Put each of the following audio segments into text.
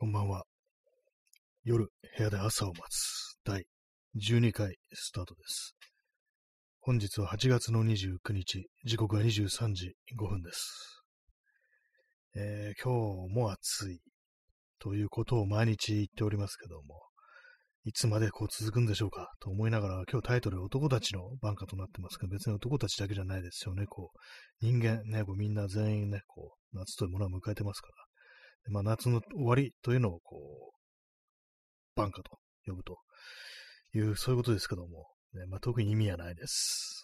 こんばんは。夜、部屋で朝を待つ第12回スタートです。本日は8月の29日、時刻は23時5分です。今日も暑いということを毎日言っておりますけども、いつまでこう続くんでしょうかと思いながら、今日タイトル男たちの番歌となってますけど、別に男たちだけじゃないですよね。人間ね、みんな全員ね、夏というものを迎えてますから。夏の終わりというのを晩歌と呼ぶという、そういうことですけども、ね、特に意味はないです。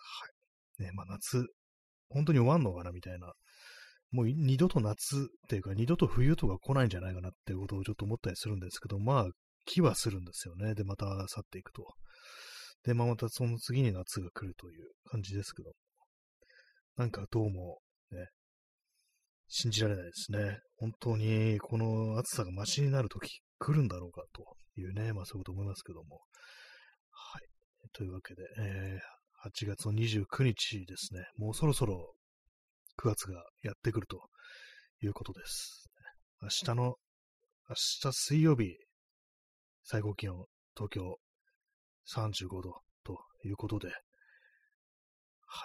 はい。ね、夏、本当に終わんのかなみたいな。もう二度と夏っていうか、二度と冬とか来ないんじゃないかなっていうことをちょっと思ったりするんですけど、気はするんですよね。で、また去っていくと。で、またその次に夏が来るという感じですけども。なんかどうも、ね、信じられないですね。本当にこの暑さがマシになるとき来るんだろうかというね、そういうこと思いますけども。はい。というわけで、8月の29日ですね。もうそろそろ9月がやってくるということです。明日水曜日、最高気温、東京35度ということで、はい。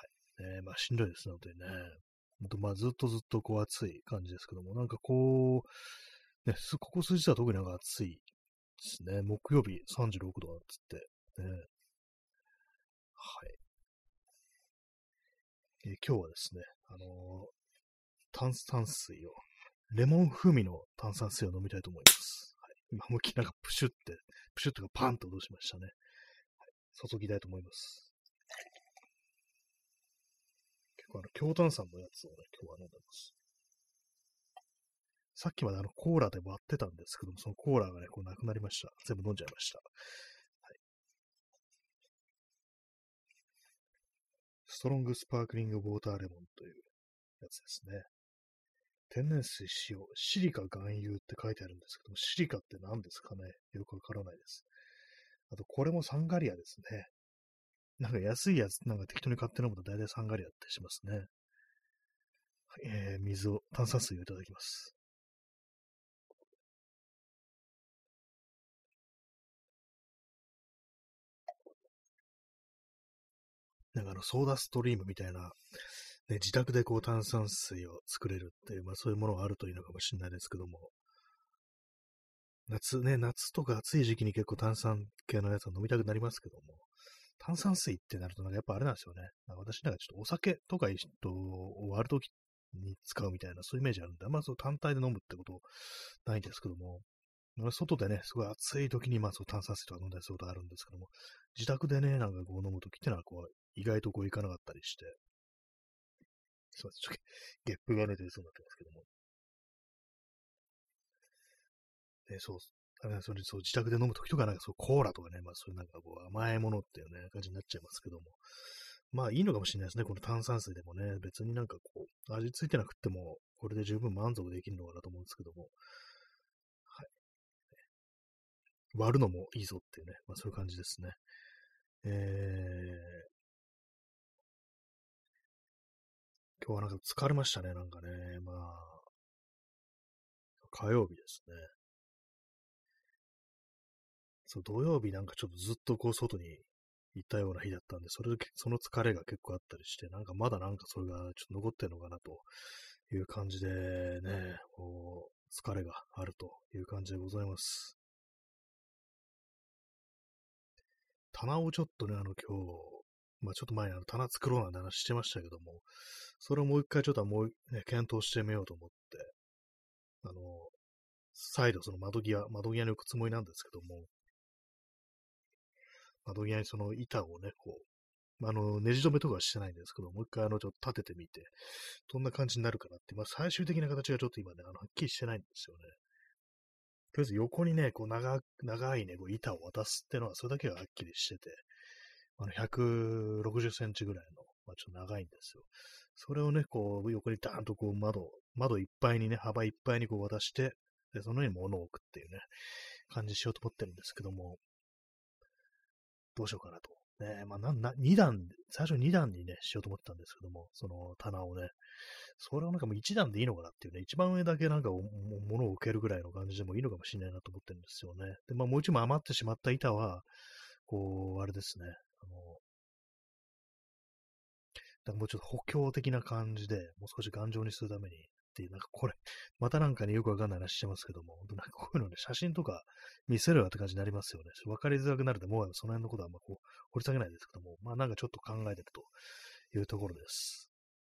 しんどいですのでね、ずっと暑い感じですけども、ね、ここ数日は特に暑いですね。木曜日36度なんつって、ね。はい。今日はですね、炭酸水を、レモン風味の炭酸水を飲みたいと思います。はい、今思いっきりプシュッとパンと落としましたね。はい、注ぎたいと思います。結構強炭酸のやつをね、今日は飲んでます。さっきまでコーラで割ってたんですけども、そのコーラがね、なくなりました。全部飲んじゃいました。はい、ストロングスパークリングウォーターレモンというやつですね。天然水使用、シリカ含有って書いてあるんですけども、シリカって何ですかね、よくわからないです。あと、これもサンガリアですね。安いやつ、適当に買って飲むと大体サンガリアってしますね。はい、炭酸水をいただきます。ソーダストリームみたいな、ね、自宅で炭酸水を作れるっていう、そういうものがあるといいのかもしれないですけども、夏とか暑い時期に結構炭酸系のやつを飲みたくなりますけども、炭酸水ってなるとやっぱあれなんですよね。私ちょっとお酒とかを割るときに使うみたいな、そういうイメージあるんで、そう単体で飲むってことないんですけども、外でね、すごい暑い時にそう炭酸水とか飲んだりすることあるんですけども、自宅でね、飲むときってのは意外といかなかったりして、すいません、ちょっとゲップが出てそうになってますけども。そう、自宅で飲むときとかコーラとかね、そういう甘いものっていうね、感じになっちゃいますけども。いいのかもしれないですね。この炭酸水でもね、別に味付いてなくても、これで十分満足できるのかなと思うんですけども。はい。割るのもいいぞっていうね、そういう感じですね。今日は疲れましたね、火曜日ですね。そう、土曜日ちょっとずっと外に行ったような日だったんで、その疲れが結構あったりして、まだそれがちょっと残ってるのかなという感じでね、疲れがあるという感じでございます。棚をちょっとね、今日、ちょっと前に棚作ろうなんて話してましたけども、それをもう一回ちょっと検討してみようと思って、再度その窓際に置くつもりなんですけども、窓際にその板をね、ネジ止めとかはしてないんですけど、もう一回ちょっと立ててみて、どんな感じになるかなって、最終的な形がちょっと今ね、はっきりしてないんですよね。とりあえず横にね、長いね、板を渡すってのは、それだけがはっきりしてて、160センチぐらいの、ちょっと長いんですよ。それをね、横にダーンと窓いっぱいにね、幅いっぱいに渡して、で、その上に物を置くっていうね、感じしようと思ってるんですけども、どうしようかなと。 ね、まあ、2段、最初2段にね、しようと思ってたんですけども、その棚をね、それをなんかもう1段でいいのかなっていうね、一番上だけなんか物を置けるぐらいの感じでもいいのかもしれないなと思ってるんですよね。で、まあもう一枚余ってしまった板は、こう、あれですね、なんかもうちょっと補強的な感じで、もう少し頑丈にするためにっていう、なんかこれ、またなんかね、よくわかんない話してますけども、なんかこういうのね、写真とか見せるわって感じになりますよね。わかりづらくなるんで、もうその辺のことはあんまこう、掘り下げないですけども、まあなんかちょっと考えてるというところです。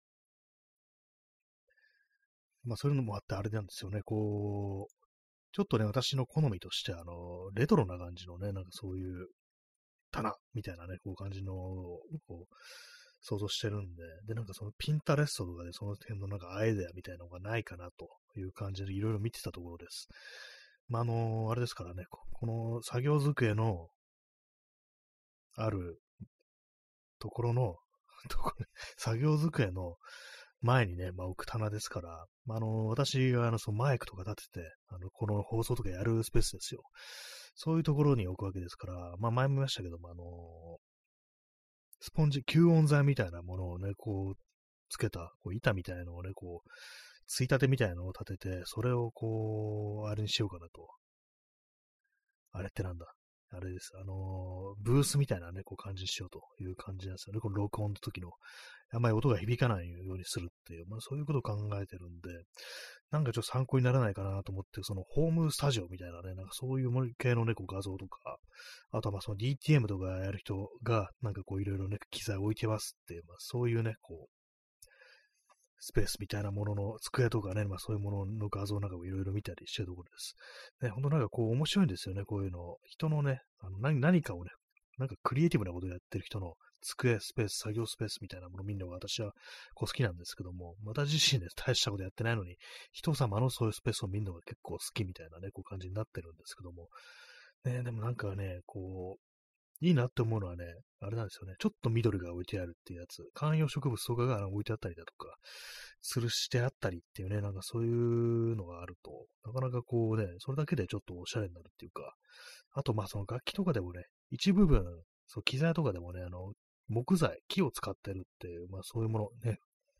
まあそういうのもあってあれなんですよね、こう、ちょっとね、私の好みとして、レトロな感じのね、なんかそういう棚みたいなね、こう感じの、こう、想像してるんで、で、なんかそのピンタレストとかでその辺のなんかアイデアみたいなのがないかなという感じでいろいろ見てたところです。まあ、あれですからね、この作業机のあるところの、作業机の前にね、まあ、置く棚ですから、まあ、私がそのマイクとか立てて、この放送とかやるスペースですよ。そういうところに置くわけですから、まあ、前も言いましたけども、スポンジ、吸音材みたいなものをね、こう、つけた、こう板みたいなのをね、こう、ついたてみたいなのを立てて、それをこう、あれにしようかなと。あれってなんだ。あれです。ブースみたいなね、こう感じにしようという感じなんですよね。この録音の時の。あんまり音が響かないようにするっていう、まあそういうことを考えてるんで、なんかちょっと参考にならないかなと思って、そのホームスタジオみたいなね、なんかそういう系のね、こう画像とか、あとはまあその DTM とかやる人が、なんかこういろいろね、機材置いてますっていう、まあそういうね、こう、スペースみたいなものの、机とかね、まあそういうものの画像なんかもいろいろ見たりしてるところです。ね、ほんとなんかこう面白いんですよね、こういうの。人のね、何かをね、なんかクリエイティブなことをやってる人の机、スペース、作業スペースみたいなものを見るのが私はこう好きなんですけども、私自身で大したことやってないのに、人様のそういうスペースを見るのが結構好きみたいなね、こう感じになってるんですけども、ね、でもなんかね、こう、いいなって思うのはね、あれなんですよね。ちょっと緑が置いてあるっていうやつ。観葉植物とかが置いてあったりだとか、吊るしてあったりっていうね、なんかそういうのがあると、なかなかこうね、それだけでちょっとおしゃれになるっていうか、あとまあその楽器とかでもね、一部分、そう機材とかでもね、木材、木を使ってるっていう、まあそういうものね、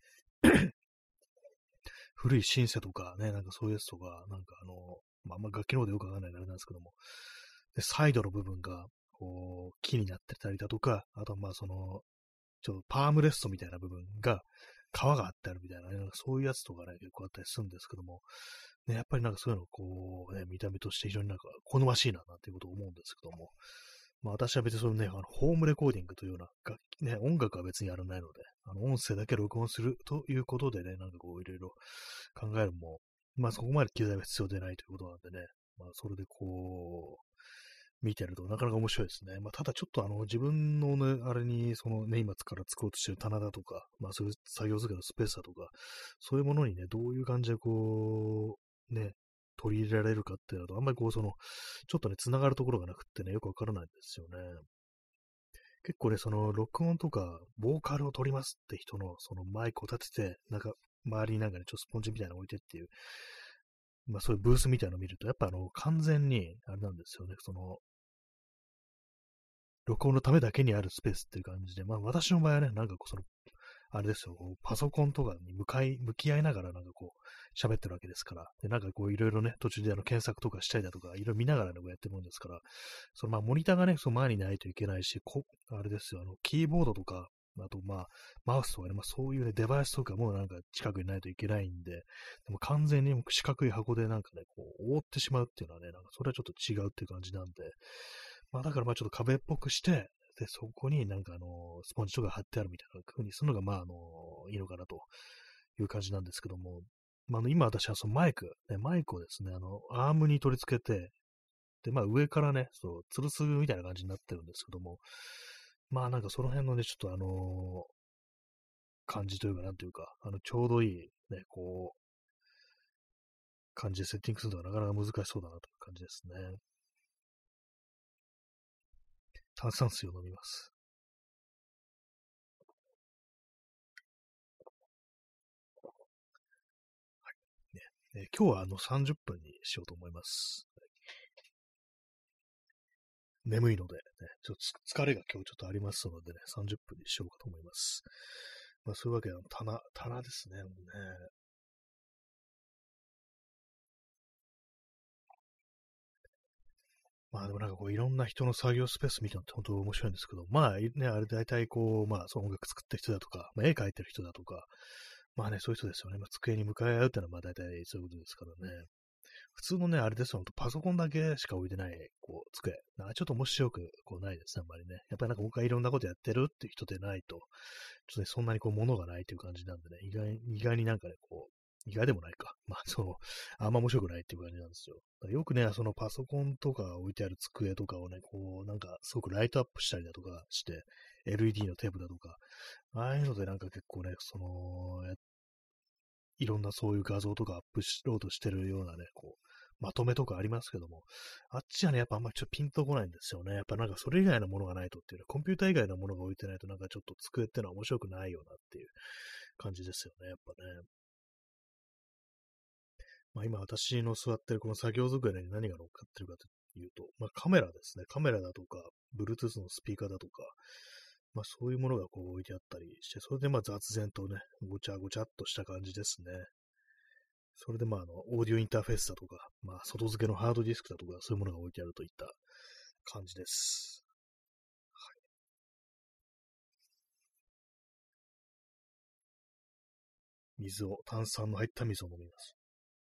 古いシンセとかね、なんかそういうやつとか、なんかまあ、あんま楽器の方でよくわかんないのあれなんですけども、で、サイドの部分が、こう、木になってたりだとか、あとまあその、ちょっとパームレストみたいな部分が、皮があってあるみたいなね、なんかそういうやつとかね、結構あったりするんですけども、ね、やっぱりなんかそういうのこう、ね、見た目として非常になんか好ましいな、なんていうことを思うんですけども、まあ私は別にそのね、ホームレコーディングというようなね、音楽は別にやらないので、音声だけ録音するということでね、なんかこういろいろ考えるも、まあそこまで機材が必要でないということなんでね、まあそれでこう、見てるとなかなか面白いですね。まあ、ただちょっと自分のね、あれに、そのね、今から作ろうとしてる棚だとか、まあそういう作業机のスペースだとか、そういうものにね、どういう感じでこう、ね、取り入れられるかっていうのと、あんまりこう、ちょっとね、繋がるところがなくってね、よくわからないんですよね。結構ね、その、録音とか、ボーカルを取りますって人の、そのマイクを立てて、なんか、周りになんかね、ちょっとスポンジみたいなの置いてっていう、まあそういうブースみたいなのを見ると、やっぱ完全に、あれなんですよね、録音のためだけにあるスペースっていう感じで、まあ私の場合はね、なんかこうあれですよ、こうパソコンとかに向き合いながらなんかこう、喋ってるわけですから、で、なんかこういろいろね、途中で検索とかしたりだとか、いろいろ見ながらね、こうやってるもんですから、まあモニターがね、その前にないといけないし、あれですよ、キーボードとか、あとまあ、マウスとかね、まあそういうね、デバイスとかもなんか近くにないといけないんで、でも完全に四角い箱でなんかね、こう、覆ってしまうっていうのはね、なんかそれはちょっと違うっていう感じなんで、まあだからまあちょっと壁っぽくして、で、そこになんかスポンジとか貼ってあるみたいな風にするのがまあいいのかなという感じなんですけども、まあ今私はそのマイクをですね、アームに取り付けて、で、まあ上からね、そう、吊るすみたいな感じになってるんですけども、まあなんかその辺のね、ちょっと感じというか、なんというか、ちょうどいいね、こう、感じでセッティングするのがなかなか難しそうだなという感じですね。炭酸水を飲みます。ね今日は30分にしようと思います。 眠いので、ね、ちょっと疲れが今日ちょっとありますのでね、30分にしようかと思います。まあそういうわけで、棚ですね、もうね。まあでもなんかこういろんな人の作業スペース見るのって本当面白いんですけど、まあね、あれ大体こう、まあその音楽作ってる人だとか、まあ、絵描いてる人だとか、まあね、そういう人ですよね。まあ、机に向かい合うってのはまあ大体そういうことですからね。普通のね、あれですよ、パソコンだけしか置いてない、こう、机。なんかちょっと面白くこうないですね、あんまりね。やっぱりなんか僕はいろんなことやってるっていう人でないと、ちょっとね、そんなにこう、物がないっていう感じなんでね、意外になんかね、こう、意外でもないか。まあ、あんま面白くないっていう感じなんですよ。だからよくね、そのパソコンとか置いてある机とかをね、こう、なんかすごくライトアップしたりだとかして、LED のテープだとか、ああいうのでなんか結構ね、いろんなそういう画像とかアップしようとしてるようなね、こう、まとめとかありますけども、あっちはね、やっぱあんまりちょっとピンとこないんですよね。やっぱなんかそれ以外のものがないとっていうね、コンピューター以外のものが置いてないとなんかちょっと机ってのは面白くないよなっていう感じですよね、やっぱね。まあ今私の座ってるこの作業机に何が乗っかってるかというと、まあカメラですね。カメラだとか、Bluetooth のスピーカーだとか、まあそういうものがこう置いてあったりして、それでまあ雑然とね、ごちゃごちゃっとした感じですね。それでまあオーディオインターフェースだとか、まあ外付けのハードディスクだとか、そういうものが置いてあるといった感じです。炭酸の入った水を飲みます。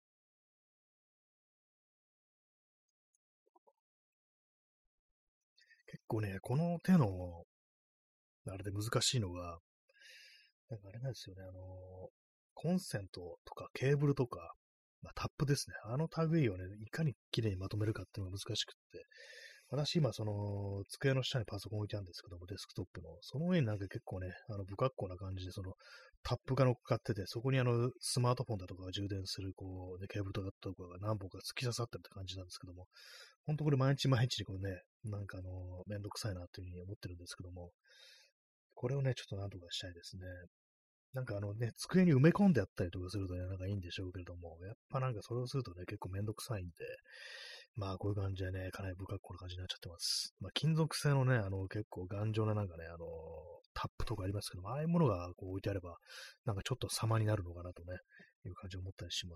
結構ね、この手の、あれで難しいのが、なんかあれなんですよね、コンセントとかケーブルとか、まあ、タップですね。あの類をね、いかに綺麗にまとめるかっていうのが難しくって、私今机の下にパソコン置いてあるんですけども、デスクトップの、その上になんか結構ね、不格好な感じで、タップが乗っかってて、そこにスマートフォンだとかが充電する、こう、ね、ケーブルとかが何本か突き刺さってるって感じなんですけども、ほんとこれ毎日毎日こうね、なんかめんどくさいなっていうふうに思ってるんですけども、これをね、ちょっとなんとかしたいですね。なんかね、机に埋め込んであったりとかするとね、なんかいいんでしょうけれども、やっぱなんかそれをするとね、結構めんどくさいんで、まあこういう感じでね、かなり不格好な感じになっちゃってます。まあ金属製のね、結構頑丈ななんかね、タップとかありますけども、ああいうものがこう置いてあれば、なんかちょっと様になるのかなとね、いう感じを思ったりします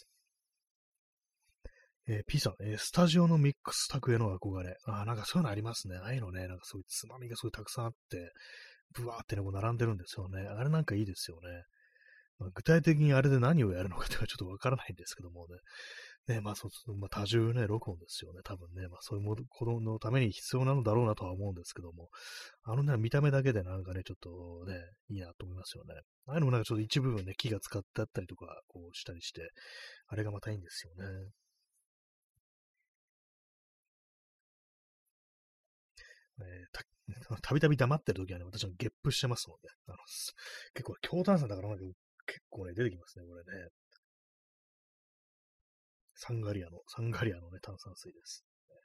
。P さん、スタジオのミックス卓への憧れ。ああ、なんかそういうのありますね。ああいうのね、なんかそういうつまみがすごいたくさんあって、ブワーってね、こう並んでるんですよね。あれなんかいいですよね。まあ、具体的にあれで何をやるのかというのはちょっとわからないんですけどもね。ね、まあ、まあ、多重ね、録音ですよね。多分ね、まあ、そういうことのために必要なのだろうなとは思うんですけども、あのね、見た目だけでなんかね、ちょっとね、いいなと思いますよね。ああいうのもなんかちょっと一部分ね、木が使ってあったりとか、こうしたりして、あれがまたいいんですよね。たびたび黙ってる時はね、私はゲップしてますので、結構強炭酸だからなんか結構ね、出てきますね、これね。サンガリアのね、炭酸水です。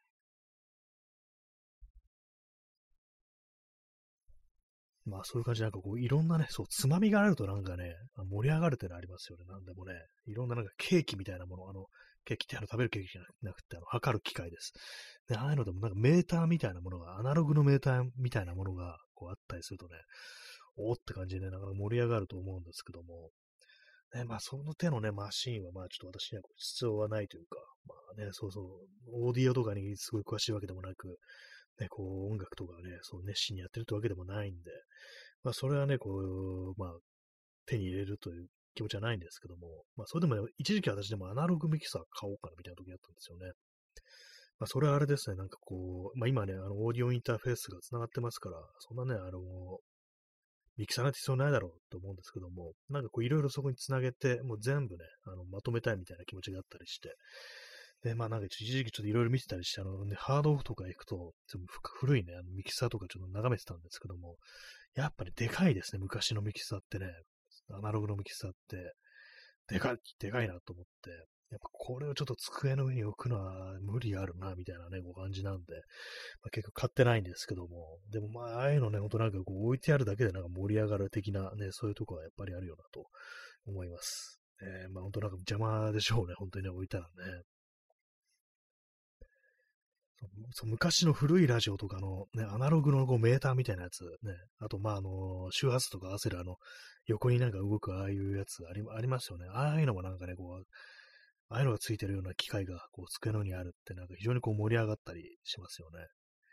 まあそういう感じでなんかこういろんなね、そう、つまみがあるとなんかね、盛り上がるってのありますよね。なんでもね、いろんななんかケーキみたいなもの、ケーキって食べるケーキじゃなくて、測る機械です。で、ああいうのでもなんかメーターみたいなものが、アナログのメーターみたいなものがこうあったりするとね、おーって感じでね、なんか盛り上がると思うんですけども、ね、まあその手のね、マシーンはまあちょっと私には必要はないというか、まあね、そうそう、オーディオとかにすごい詳しいわけでもなく、ね、こう音楽とかね、そう熱心にやってるってわけでもないんで、まあ、それはね、こう、まあ、手に入れるという気持ちはないんですけども、まあ、それでもね、一時期私でもアナログミキサー買おうかなみたいな時あったんですよね。まあ、それはあれですね、なんかこう、まあ、今ね、オーディオインターフェースが繋がってますから、そんなね、ミキサーなんて必要ないだろうと思うんですけども、なんかこう、いろいろそこに繋げて、もう全部ね、まとめたいみたいな気持ちがあったりして、で、まあなんか一時期ちょっといろいろ見てたりして、ね、ハードオフとか行くと、ちょっと古いね、ミキサーとかちょっと眺めてたんですけども、やっぱりでかいですね、昔のミキサーってね。アナログのミキサーって、でかいなと思って、やっぱこれをちょっと机の上に置くのは無理あるな、みたいなね、こう感じなんで、まあ、結構買ってないんですけども、でもまあ、ああいうのね、ほんとなんかこう置いてあるだけでなんか盛り上がる的なね、そういうとこはやっぱりあるよなと思います。まあ本当なんか邪魔でしょうね、本当にね、置いたらね。 昔の古いラジオとかのね、アナログのこうメーターみたいなやつ、ね、あと、周波数とか合わせる横になんか動くああいうやつありますよね。ああいうのもなんかね、ああいうのがついてるような機械がこう机の上にあるってなんか非常にこう盛り上がったりしますよね。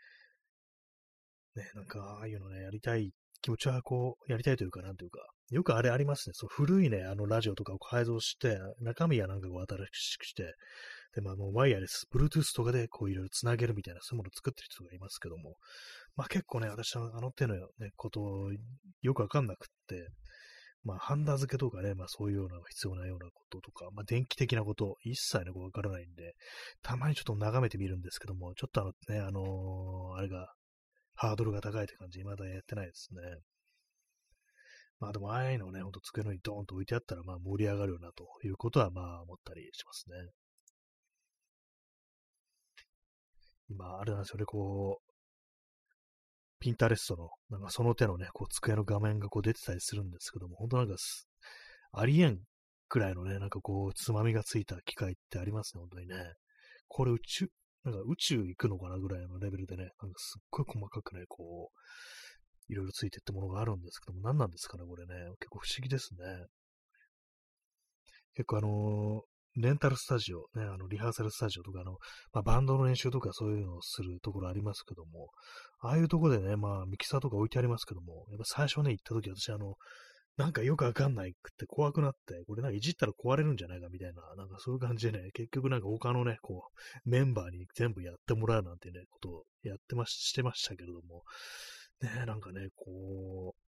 ね、なんかああいうのね、やりたい気持ちはこう、やりたいというか、なんというか、よくあれありますね。そう古いね、ラジオとかを改造して、中身はなんかこう新しくして、で、ワイヤレス、Bluetooth とかでこういろいろつなげるみたいな、そういうものを作ってる人がいますけども、結構ね、私はあの手のね、ことをよくわかんなくって、ハンダ付けとかね、そういうような必要なようなこととか、電気的なこと、一切ね、こうわからないんで、たまにちょっと眺めてみるんですけども、ちょっとね、あれが、ハードルが高いって感じ、まだやってないですね。でも、ああいうのをね、ほんと机の上にドーンと置いてあったら、盛り上がるよな、ということは、思ったりしますね。今、あれなんですよね、こう、ピンタレストの、なんかその手のね、こう、机の画面がこう出てたりするんですけども、本当なんかありえんくらいのね、なんかこう、つまみがついた機械ってありますね、本当にね。これなんか宇宙行くのかなぐらいのレベルでね、なんかすっごい細かくね、こう、いろいろついてってものがあるんですけども、何なんですかね、これね。結構不思議ですね。結構レンタルスタジオ、ね、リハーサルスタジオとかバンドの練習とかそういうのをするところありますけども、ああいうところでね、ミキサーとか置いてありますけども、やっぱ最初ね、行った時私なんかよくわかんないくって怖くなって、これなんかいじったら壊れるんじゃないかみたいな、なんかそういう感じでね、結局なんか他のね、こう、メンバーに全部やってもらうなんてね、ことをしてましたけれども、ね、なんかね、こう、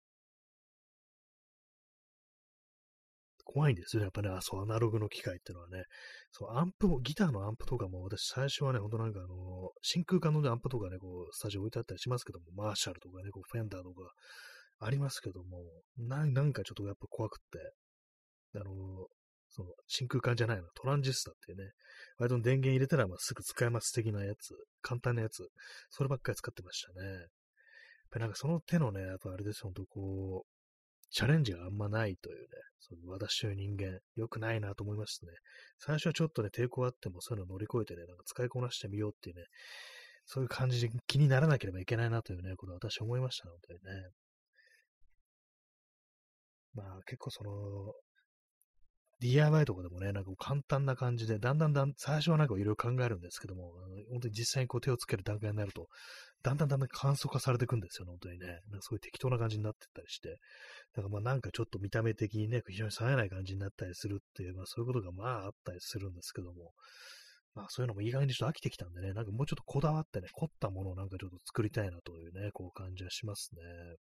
怖いんですよね。やっぱね、そう、アナログの機械ってのはね。そう、ギターのアンプとかも、私最初はね、ほんとなんか真空管のねアンプとかね、こう、スタジオ置いてあったりしますけども、マーシャルとかね、こう、フェンダーとかありますけども、なんかちょっとやっぱ怖くって、その、真空管じゃないの、トランジスタっていうね、割と電源入れたら、すぐ使えます的なやつ、簡単なやつ、そればっかり使ってましたね。やっぱりなんかその手のね、やっぱあれですよ、ほんとこう、チャレンジがあんまないというね、そういう私という人間、良くないなと思いますね。最初はちょっとね、抵抗あっても、そういうのを乗り越えてね、なんか使いこなしてみようっていうね、そういう感じで気にならなければいけないなというね、ことは私思いましたのでね。結構DIY とかでもね、なんか簡単な感じで、だんだん最初はなんかいろいろ考えるんですけども、本当に実際にこう手をつける段階になると、だんだん簡素化されていくんですよね、本当にね。なんかすごい適当な感じになってったりして。だからなんかちょっと見た目的にね、非常に冴えない感じになったりするっていう、そういうことがあったりするんですけども、そういうのもいい加減にちょっと飽きてきたんでね、なんかもうちょっとこだわってね、凝ったものをなんかちょっと作りたいなというね、こう感じはしますね。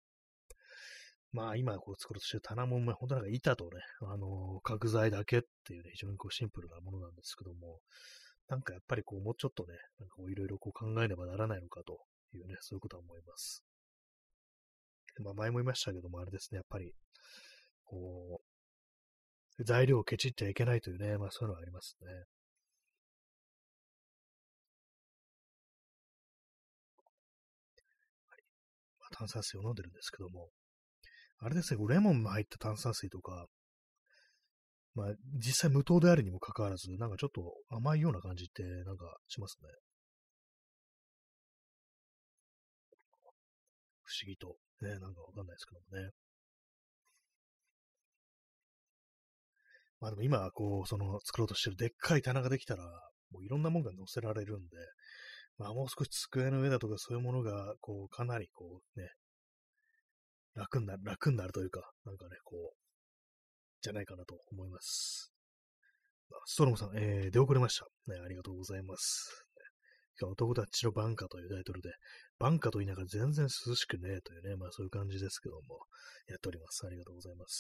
今こう作ろうとしてる棚も、本当なんか板とね、角材だけっていうね、非常にこうシンプルなものなんですけども、なんかやっぱりこう、もうちょっとね、なんかこういろいろこう考えねばならないのかというね、そういうことは思います。前も言いましたけども、あれですね、やっぱり、こう、材料をケチっちゃいけないというね、そういうのがありますね。炭酸水を飲んでるんですけども、あれですね、レモンの入った炭酸水とか、実際無糖であるにもかかわらず、なんかちょっと甘いような感じってなんかしますね。不思議と。ね、なんかわかんないですけどもね。でも今、こう、作ろうとしてるでっかい棚ができたら、もういろんなものが載せられるんで、もう少し机の上だとかそういうものが、こう、かなりこう、ね、楽になるというか、なんかね、こう、じゃないかなと思います。ストロムさん、出遅れました。ね、ありがとうございます。男たちのバンカというタイトルで、バンカと言いながら全然涼しくねえというね、そういう感じですけども、やっております。ありがとうございます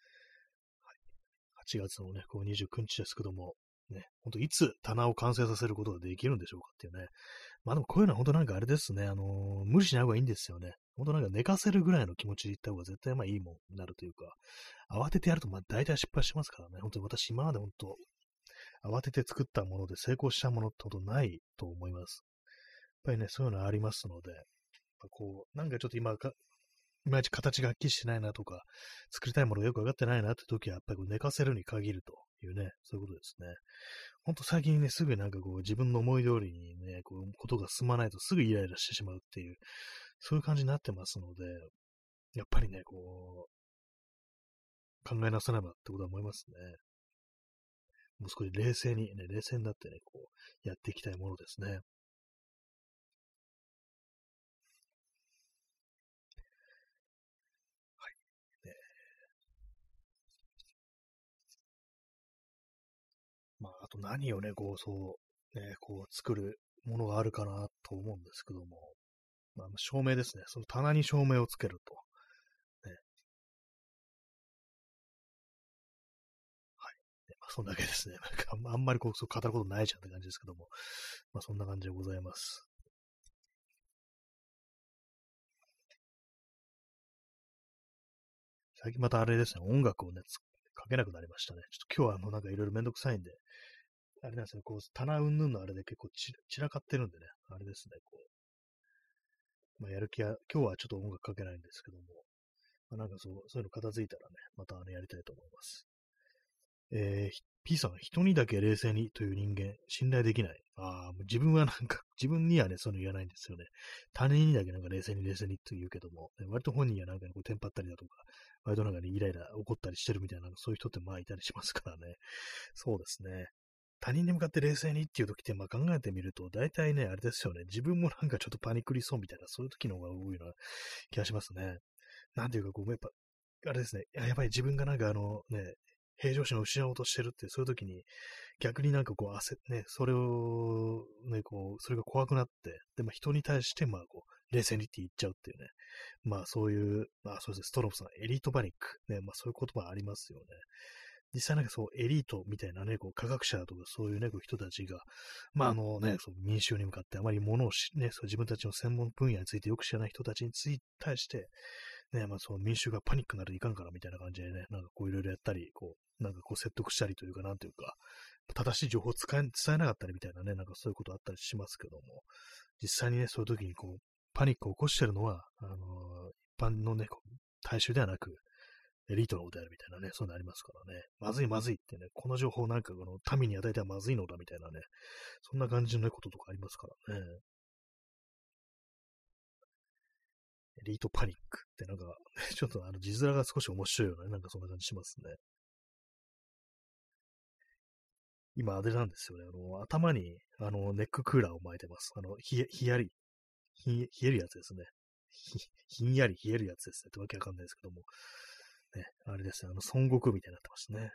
。8月のね、こう29日ですけども、ね、ほんといつ棚を完成させることができるんでしょうかっていうね。でもこういうのは本当なんかあれですね、無理しない方がいいんですよね。本当なんか寝かせるぐらいの気持ちでいった方が絶対いいもんになるというか、慌ててやると大体失敗しますからね。本当に私今まで本当、慌てて作ったもので成功したものってことないと思います。やっぱりね、そういうのありますので、こう、なんかちょっといまいち形がはっきりしないなとか、作りたいものがよくわかってないなって時は、やっぱりこう寝かせるに限るというね、そういうことですね。ほんと最近ね、すぐなんかこう自分の思い通りにね、こう、ことが進まないとすぐイライラしてしまうっていう、そういう感じになってますので、やっぱりね、こう、考えなさらばってことは思いますね。もう少し冷静に、ね、冷静になってね、こう、やっていきたいものですね。ねまあ、あと何をね、こう、そう、ね、こう、作るものがあるかなと思うんですけども、まあ、照明ですね。その棚に照明をつけると。ね、はい。ねまあ、そんだけですね。なんかあんまりこう、そう語ることないじゃんって感じですけども、まあ、そんな感じでございます。最近またあれですね、音楽をね、かけなくなりましたね。ちょっと今日はなんかいろいろめんどくさいんで、あれなんですね、こう、棚云々のあれで結構散らかってるんでね、あれですね、こう、まあ、やる気は、今日はちょっと音楽かけないんですけども、まあ、なんかそういうの片付いたらね、またやりたいと思います。P さんは人にだけ冷静にという人間、信頼できない。ああ、もう自分はなんか、自分にはね、そういうの言わないんですよね。他人にだけなんか冷静にと言うけども、ね割と本人はなんかこうテンパったりだとか、割となんかね、イライラ怒ったりしてるみたいな、そういう人ってまあいたりしますからね。そうですね。他人に向かって冷静にっていう時って、まあ考えてみると、大体ね、あれですよね。自分もなんかちょっとパニクりそうみたいな、そういう時の方が多いような気がしますね。なんていうか、こう、やっぱ、あれですね。やばい、自分がなんかね、平常心を失おうとしてるって、そういう時に、逆になんかこう、ね、それを、ね、こう、それが怖くなって、で、まあ人に対して、まあこう、冷静にって言っちゃうっていうね。まあそういう、まあそうですね、ストロープさん、エリートパニック。ね、まあそういう言葉ありますよね。実際なんかそう、エリートみたいなね、こう、科学者とかそういうね、こう人たちが、まあそう民衆に向かってあまりものをね、そう自分たちの専門分野についてよく知らない人たちに対して、ね、まあその民衆がパニックになるといかんからみたいな感じでね、なんかこういろいろやったり、こう、なんかこう説得したりというか、なんというか、正しい情報を伝えなかったりみたいなね、なんかそういうことあったりしますけども、実際にね、そういう時にこう、パニックを起こしてるのは、一般のね、こう大衆ではなく、エリートのことやるみたいなね、そういうのありますからね。まずいまずいってね、この情報なんかこの民に与えてはまずいのだみたいなね、そんな感じのねこととかありますからね。エリートパニックってなんか、ちょっと字面が少し面白いような、なんかそんな感じしますね。今、あれなんですよね。頭に、ネッククーラーを巻いてます。冷えるやつですね。ひんやり冷えるやつですね。ってわけわかんないですけども。ね、あれですね。孫悟空みたいになってますね。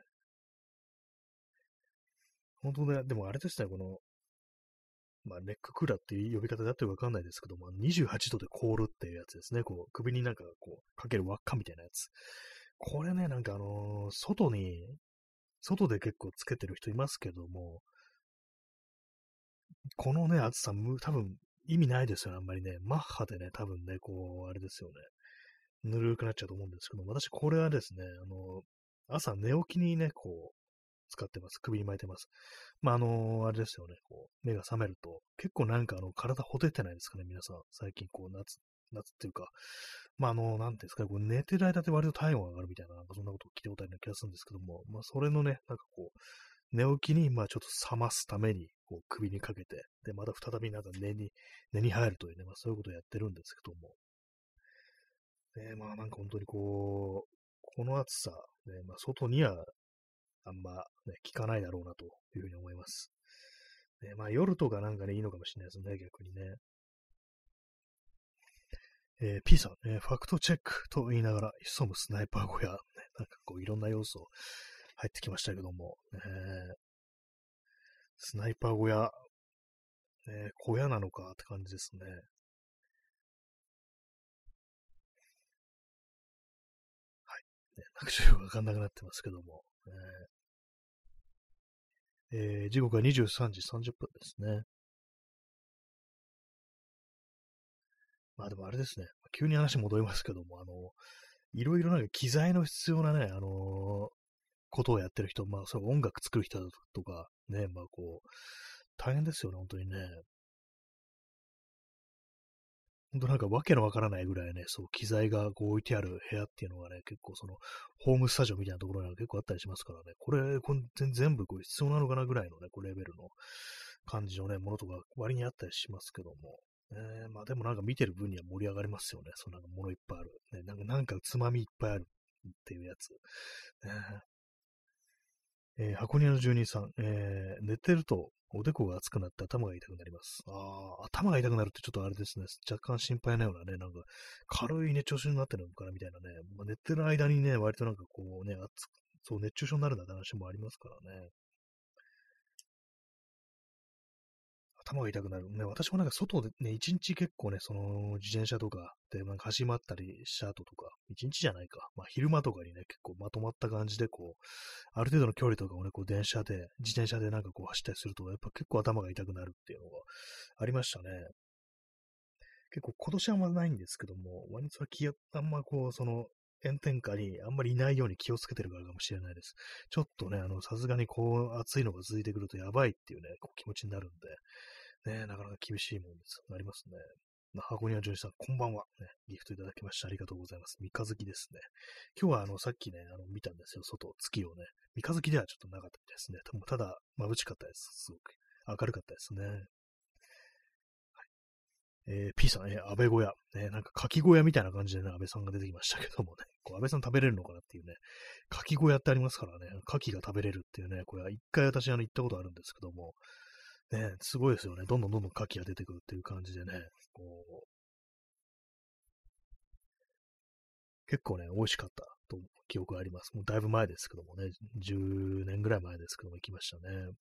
本当ね、でもあれですね、まあ、ネッククーラーっていう呼び方だってわかんないですけども、28度で凍るっていうやつですね。こう、首になんかこう、かける輪っかみたいなやつ。これね、なんか外で結構つけてる人いますけども、このね、暑さ、多分意味ないですよね、あんまりね。マッハでね、多分ね、こう、あれですよね。ぬるくなっちゃうと思うんですけど、私これはですね、朝寝起きにね、こう、使ってます。首に巻いてます。まあ、あれですよね、こう、目が覚めると、結構なんか体ほてってないですかね、皆さん。最近こう、夏っていうか、まあ、なんていうんですかね、こう寝てる間って割と体温が上がるみたいな、なんかそんなことを聞いたことあるような気がするんですけども、まあ、それのね、なんかこう、寝起きに、まあ、ちょっと冷ますために、こう、首にかけて、で、また再びなんか寝に入るというね、まあ、そういうことをやってるんですけども、まあ、なんか本当にこう、この暑さ、ね、まあ、外にはあんま、ね、効かないだろうなというふうに思います。まあ、夜とかなんかね、いいのかもしれないですね、逆にね。P さん、ファクトチェックと言いながら、潜むスナイパー小屋、ね、なんかこう、いろんな要素入ってきましたけども、スナイパー小屋、小屋なのかって感じですね。はい。なんかちょっとよくわかんなくなってますけども、時刻は23時30分ですね。まあでもあれですね。急に話戻りますけども、いろいろなんか機材の必要なね、ことをやってる人、まあ、それ音楽作る人とか、ね、まあこう、大変ですよね、本当にね。本当なんかわけのわからないぐらいね、そう、機材がこう置いてある部屋っていうのがね、結構ホームスタジオみたいなところが結構あったりしますからね、これ全部こう必要なのかなぐらいのね、こうレベルの感じのね、ものとか割にあったりしますけども。まあでもなんか見てる分には盛り上がりますよね。そのなんか物いっぱいある。ね、なんかつまみいっぱいあるっていうやつ。箱庭の住人さん、寝てるとおでこが熱くなって頭が痛くなります。頭が痛くなるってちょっとあれですね。若干心配なようなね、なんか軽い熱中症になってるのかなみたいなね。まあ、寝てる間にね、割となんかこうね、そう熱中症になるなんて話もありますからね。頭が痛くなる。ね、私もなんか外でね、一日結構ね、その自転車とかでなんか走り回ったりした後とか、一日じゃないか。まあ昼間とかにね、結構まとまった感じでこう、ある程度の距離とかをね、こう自転車でなんかこう走ったりすると、やっぱ結構頭が痛くなるっていうのがありましたね。結構今年はあんまないんですけども、割とあんまこう、その炎天下にあんまりいないように気をつけてるからかもしれないです。ちょっとね、さすがにこう、暑いのが続いてくるとやばいっていうね、こう気持ちになるんで、ね、なかなか厳しいもんです。なりますね。箱庭純次さん、こんばんは。ね、ギフトいただきましてありがとうございます。三日月ですね。今日はさっきね、見たんですよ、月をね。三日月ではちょっとなかったですね。ただ、眩しかったです。すごく。明るかったですね。P さん、安倍小屋。ね、なんか、柿小屋みたいな感じでね、安倍さんが出てきましたけどもね、こう安倍さん食べれるのかなっていうね、柿小屋ってありますからね、柿が食べれるっていうね、これは一回私行ったことあるんですけども、ね、すごいですよね。どんどん牡蠣が出てくるっていう感じでね、こう、結構ね、美味しかったと記憶があります。もうだいぶ前ですけどもね、10年ぐらい前ですけども行きましたね。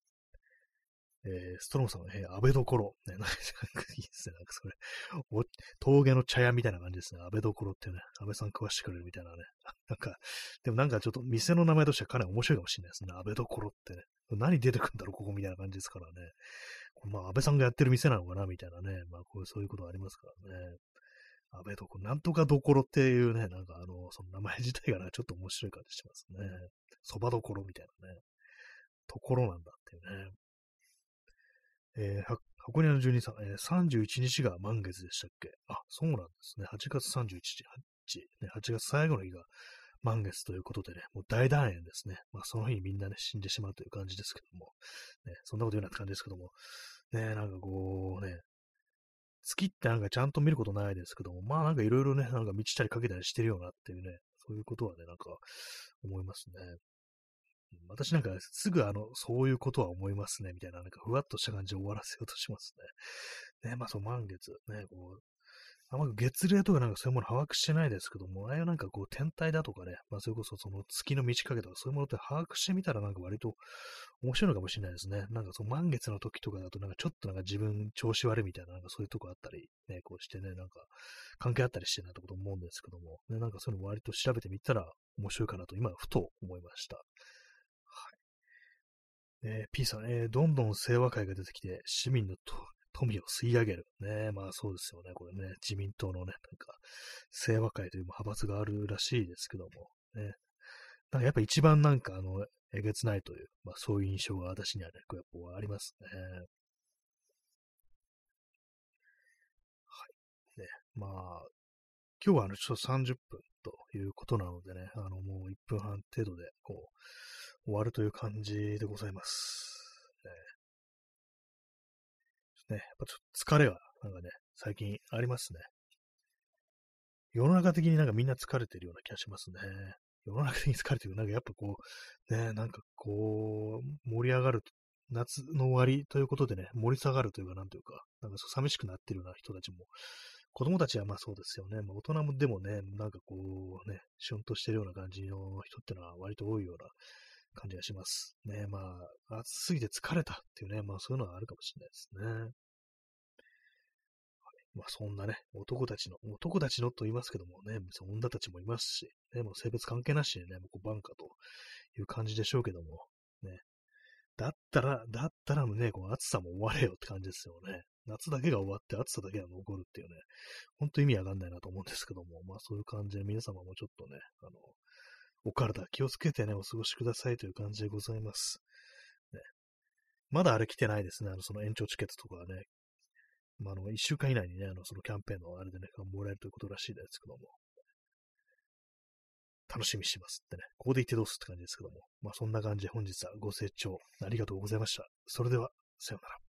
ストロムさん、安倍どころ。ね、なんかいいですね。なんかそれ、峠の茶屋みたいな感じですね。安倍どころってね、安倍さん食わしてくれるみたいなね。なんか、でもなんかちょっと店の名前としてはかなり面白いかもしれないですね。安倍どころってね。何出てくるんだろう、ここみたいな感じですからね。まあ、安倍さんがやってる店なのかなみたいなね。まあ、そういうことありますからね。安倍どころ、なんとかどころっていうね、なんかその名前自体がちょっと面白い感じしてますね。そばどころみたいなね。ところなんだっていうね。箱根の住人さん、31日が満月でしたっけ？そうなんですね。8月31日、8月最後の日が満月ということでね、もう大団円ですね。まあ、その日にみんなね、死んでしまうという感じですけども、ね、そんなこと言うような感じですけども、ね、なんかこうね、月ってなんかちゃんと見ることないですけども、まあなんかいろいろね、なんか満ちたりかけたりしてるようなっていうね、そういうことはね、なんか思いますね。私なんかすぐそういうことは思いますね、みたいな、なんかふわっとした感じで終わらせようとしますね。ね、まあそう満月、ね、こう、あんま月齢とかなんかそういうもの把握してないですけども、ああいうなんかこう天体だとかね、まあそれこそその月の満ち欠けとかそういうものって把握してみたらなんか割と面白いのかもしれないですね。なんかその満月の時とかだとなんかちょっとなんか自分調子悪いみたいななんかそういうとこあったり、ね、こうしてね、なんか関係あったりしてなってこと思うんですけども、ね、なんかそういうの割と調べてみたら面白いかなと今ふと思いました。P さん、どんどん清和会が出てきて、市民の富を吸い上げる。ね、まあそうですよね。これね、自民党のね、なんか、清和会という派閥があるらしいですけども、ね。なんかやっぱ一番なんかえげつないという、まあそういう印象が私にはね、こうやっぱありますね。はい。ね、まあ、今日はちょっと30分ということなのでね、もう1分半程度で、こう、終わるという感じでございます。ね、やっぱちょっと疲れが、なんかね、最近ありますね。世の中的になんかみんな疲れてるような気がしますね。世の中的に疲れてる。なんかやっぱこう、ね、なんかこう、盛り上がる、夏の終わりということでね、盛り下がるというか、なんというか、なんか寂しくなってるような人たちも、子供たちはまあそうですよね。まあ、大人もでもね、なんかこう、ね、シュンとしてるような感じの人ってのは割と多いような感じがします。ね、まあ、暑すぎて疲れたっていうね、まあそういうのはあるかもしれないですね。まあそんなね、男たちのと言いますけどもね、女たちもいますし、ね、もう性別関係なしにね、もうこうバンカという感じでしょうけども、ね、だったらね、こう暑さも終われよって感じですよね。夏だけが終わって暑さだけが残るっていうね、ほんと意味わかんないなと思うんですけども、まあそういう感じで皆様もちょっとね、お体気をつけてね、お過ごしくださいという感じでございます。ね、まだあれ来てないですね、その延長チケットとかね、まあ、1週間以内にね、そのキャンペーンのあれでね、もらえるということらしいですけども、楽しみにしてますってね、ここで言ってどうすって感じですけども、まあ、そんな感じで本日はご清聴ありがとうございました。それでは、 さようなら。